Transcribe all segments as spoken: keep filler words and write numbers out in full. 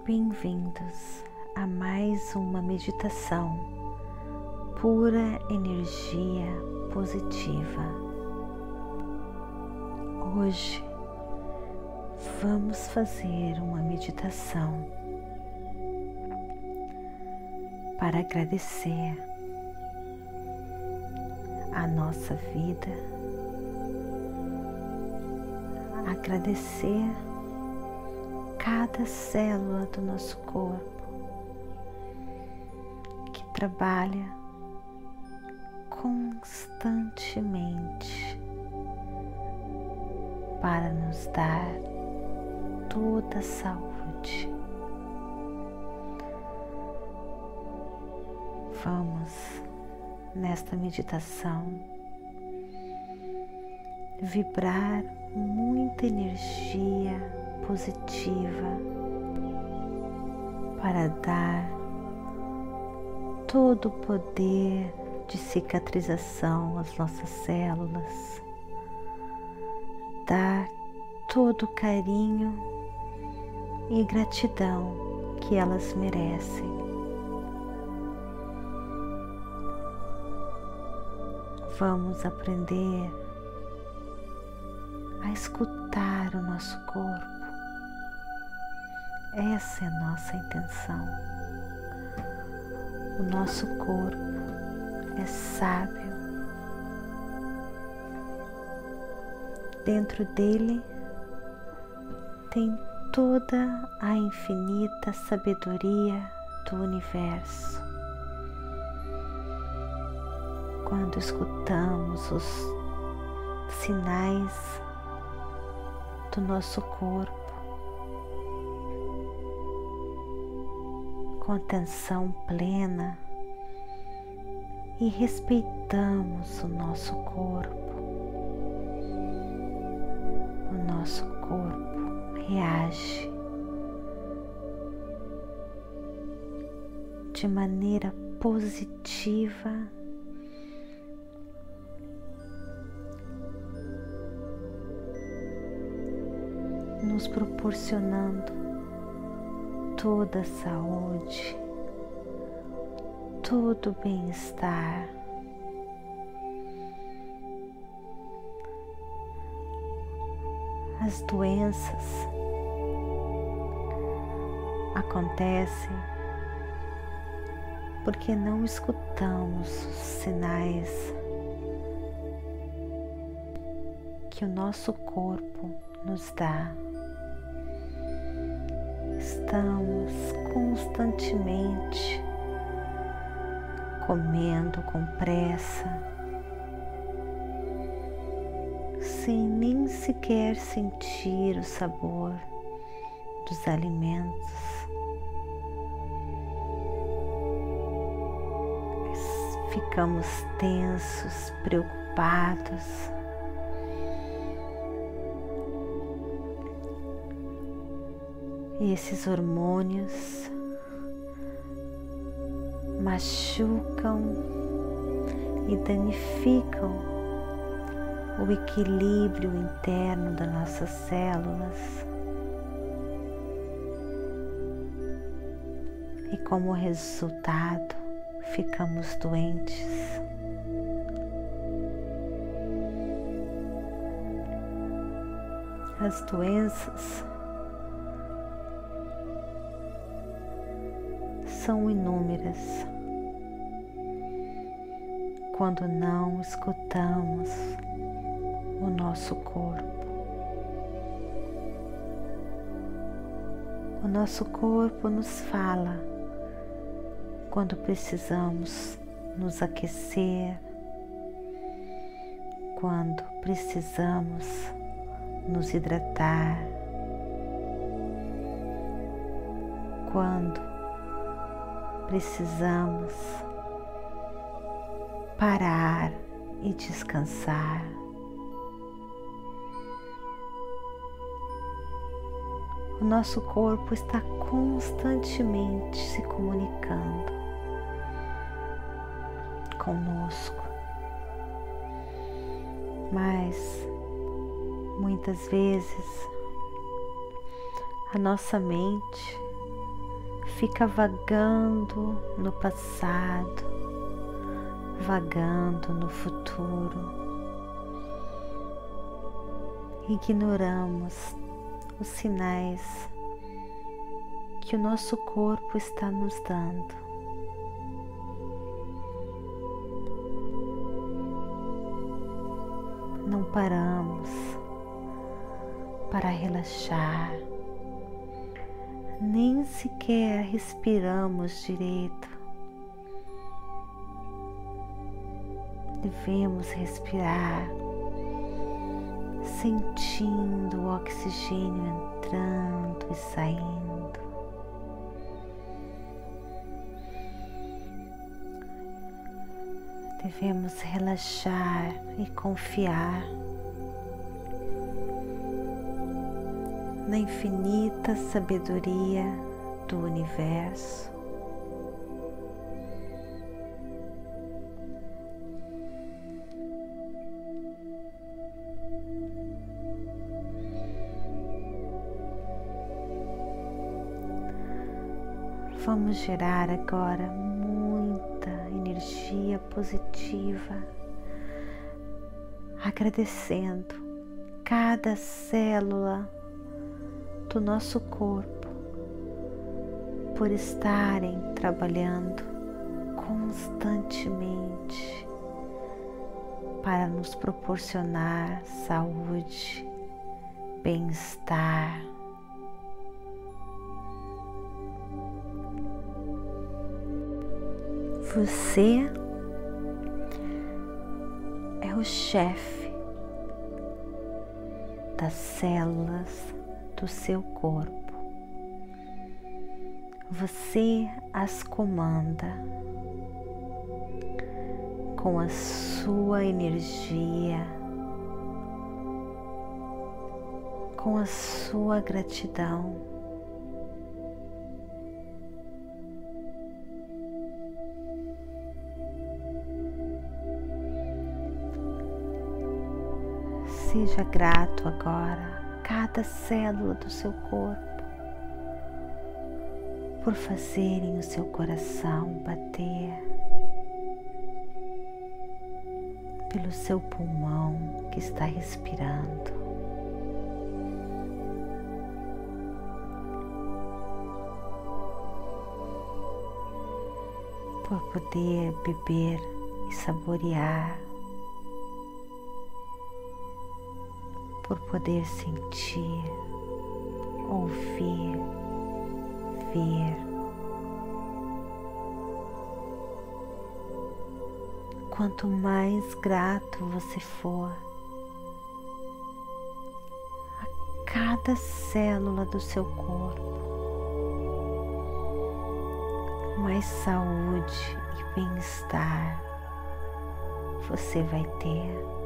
Bem-vindos a mais uma meditação pura energia positiva. Hoje vamos fazer uma meditação para agradecer a nossa vida, agradecer cada célula do nosso corpo que trabalha constantemente para nos dar toda a saúde. Vamos, nesta meditação, vibrar muita energia positiva para dar todo o poder de cicatrização às nossas células, dar todo o carinho e gratidão que elas merecem. Vamos aprender a escutar o nosso corpo. Essa é a nossa intenção. O nosso corpo é sábio. Dentro dele tem toda a infinita sabedoria do universo. Quando escutamos os sinais do nosso corpo, com atenção plena, e respeitamos o nosso corpo, o nosso corpo reage de maneira positiva, nos proporcionando toda a saúde, todo o bem-estar. As doenças acontecem porque não escutamos os sinais que o nosso corpo nos dá. Estamos constantemente comendo com pressa, sem nem sequer sentir o sabor dos alimentos. Ficamos tensos, preocupados. E esses hormônios machucam e danificam o equilíbrio interno das nossas células. E como resultado, ficamos doentes. As doenças são inúmeras quando não escutamos o nosso corpo. O nosso corpo nos fala quando precisamos nos aquecer, quando precisamos nos hidratar, quando precisamos parar e descansar. O nosso corpo está constantemente se comunicando conosco, mas muitas vezes a nossa mente fica vagando no passado, vagando no futuro. Ignoramos os sinais que o nosso corpo está nos dando. Não paramos para relaxar, nem sequer respiramos direito. Devemos respirar, sentindo o oxigênio entrando e saindo. Devemos relaxar e confiar na infinita sabedoria do universo. Vamos gerar agora muita energia positiva, agradecendo cada célula do nosso corpo por estarem trabalhando constantemente para nos proporcionar saúde, bem-estar. Você é o chefe das células do seu corpo. Você as comanda com a sua energia, com a sua gratidão. Seja grato agora a cada célula do seu corpo por fazerem o seu coração bater, pelo seu pulmão que está respirando, por poder beber e saborear, por poder sentir, ouvir, ver. Quanto mais grato você for a cada célula do seu corpo, mais saúde e bem-estar você vai ter.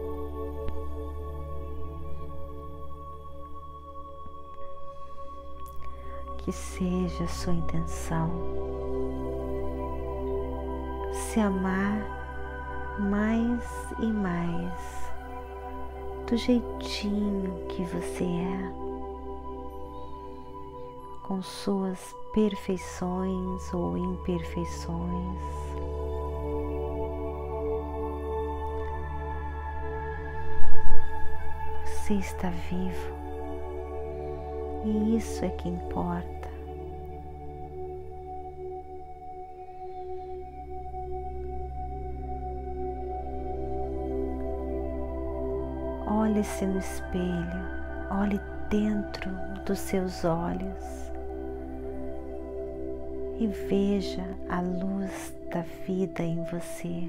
Que seja a sua intenção se amar mais e mais do jeitinho que você é, com suas perfeições ou imperfeições. Você está vivo. E isso é que importa. Olhe-se no espelho, olhe dentro dos seus olhos e veja a luz da vida em você.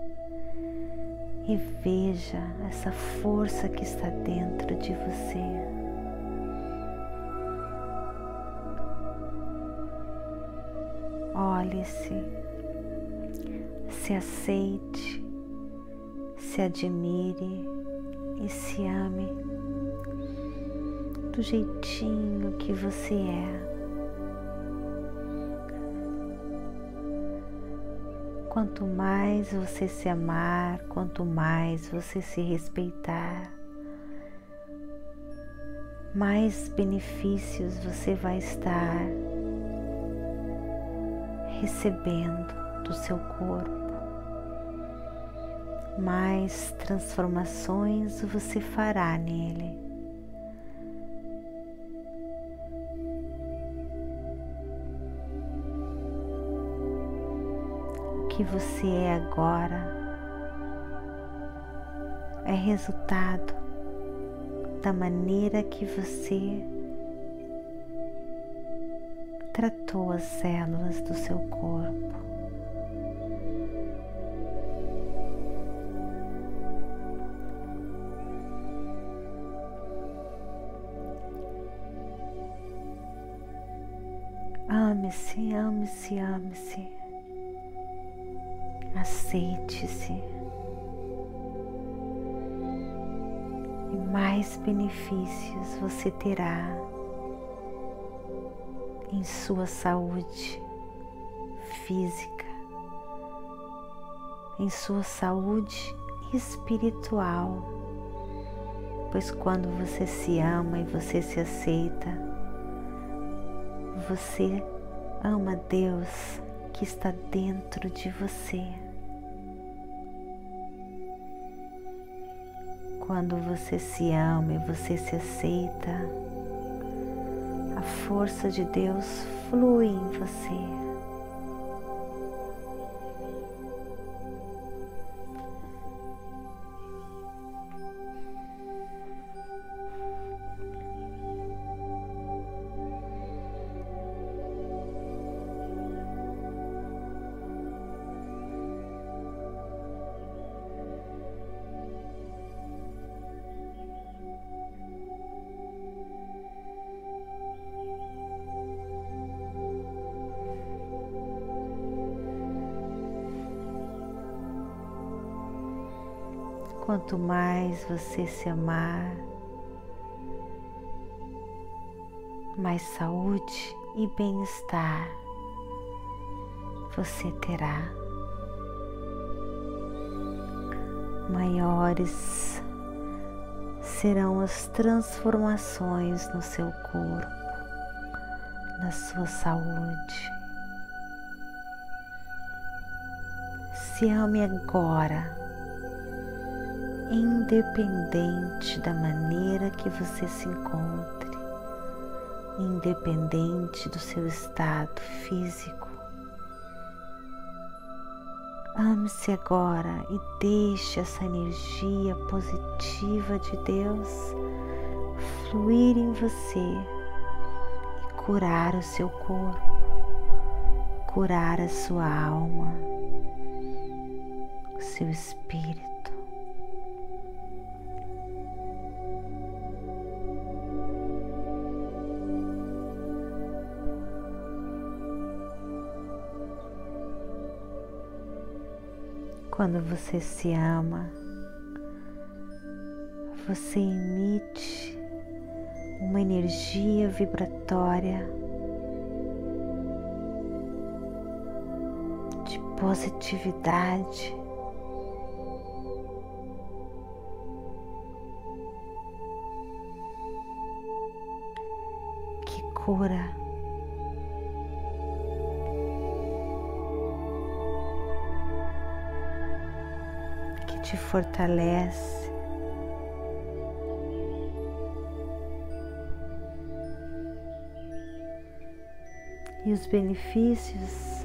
E veja essa força que está dentro de você. Olhe-se, se aceite, se admire e se ame do jeitinho que você é. Quanto mais você se amar, quanto mais você se respeitar, mais benefícios você vai estar recebendo do seu corpo. Mais transformações você fará nele. O que você é agora é resultado da maneira que você tratou as células do seu corpo. Ame-se, ame-se, ame-se. Aceite-se. E mais benefícios você terá em sua saúde física, em sua saúde espiritual, pois quando você se ama e você se aceita, você ama Deus que está dentro de você. Quando você se ama e você se aceita, a força de Deus flui em você. Quanto mais você se amar, mais saúde e bem-estar você terá. Maiores serão as transformações no seu corpo, na sua saúde. Se ame agora, independente da maneira que você se encontre, independente do seu estado físico. Ame-se agora e deixe essa energia positiva de Deus fluir em você e curar o seu corpo, curar a sua alma, o seu espírito. Quando você se ama, você emite uma energia vibratória de positividade, que cura, te fortalece, e os benefícios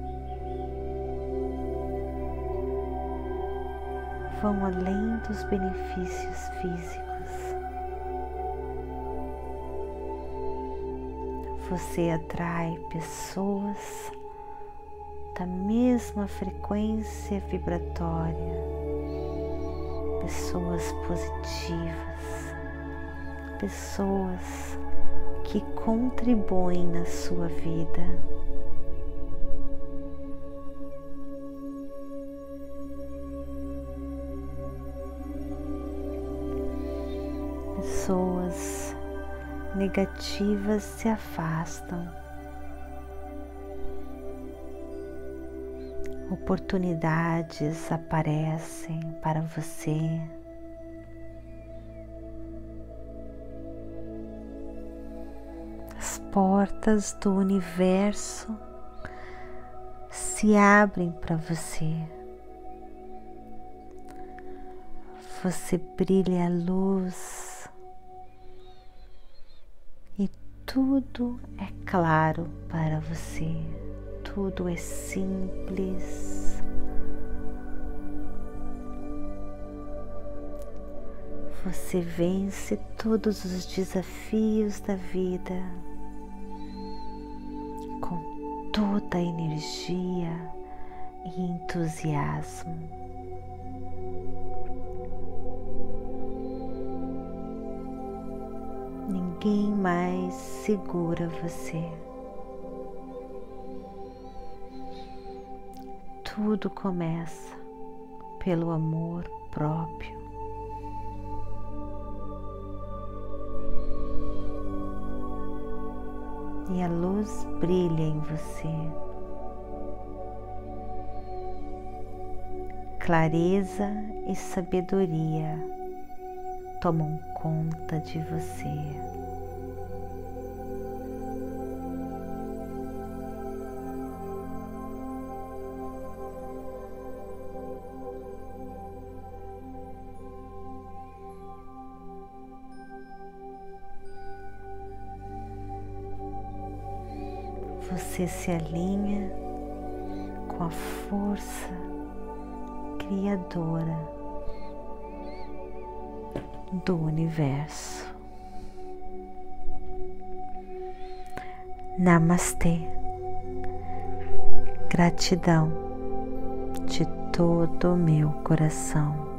vão além dos benefícios físicos. Você atrai pessoas da mesma frequência vibratória, pessoas positivas, pessoas que contribuem na sua vida. Pessoas negativas se afastam. Oportunidades aparecem para você. As portas do universo se abrem para você. Você brilha a luz e tudo é claro para você, tudo é simples. Você vence todos os desafios da vida com toda a energia e entusiasmo. Ninguém mais segura você. Tudo começa pelo amor próprio. E a luz brilha em você. Clareza e sabedoria tomam conta de você. Você se alinha com a força criadora do universo. Namastê. Gratidão de todo o meu coração.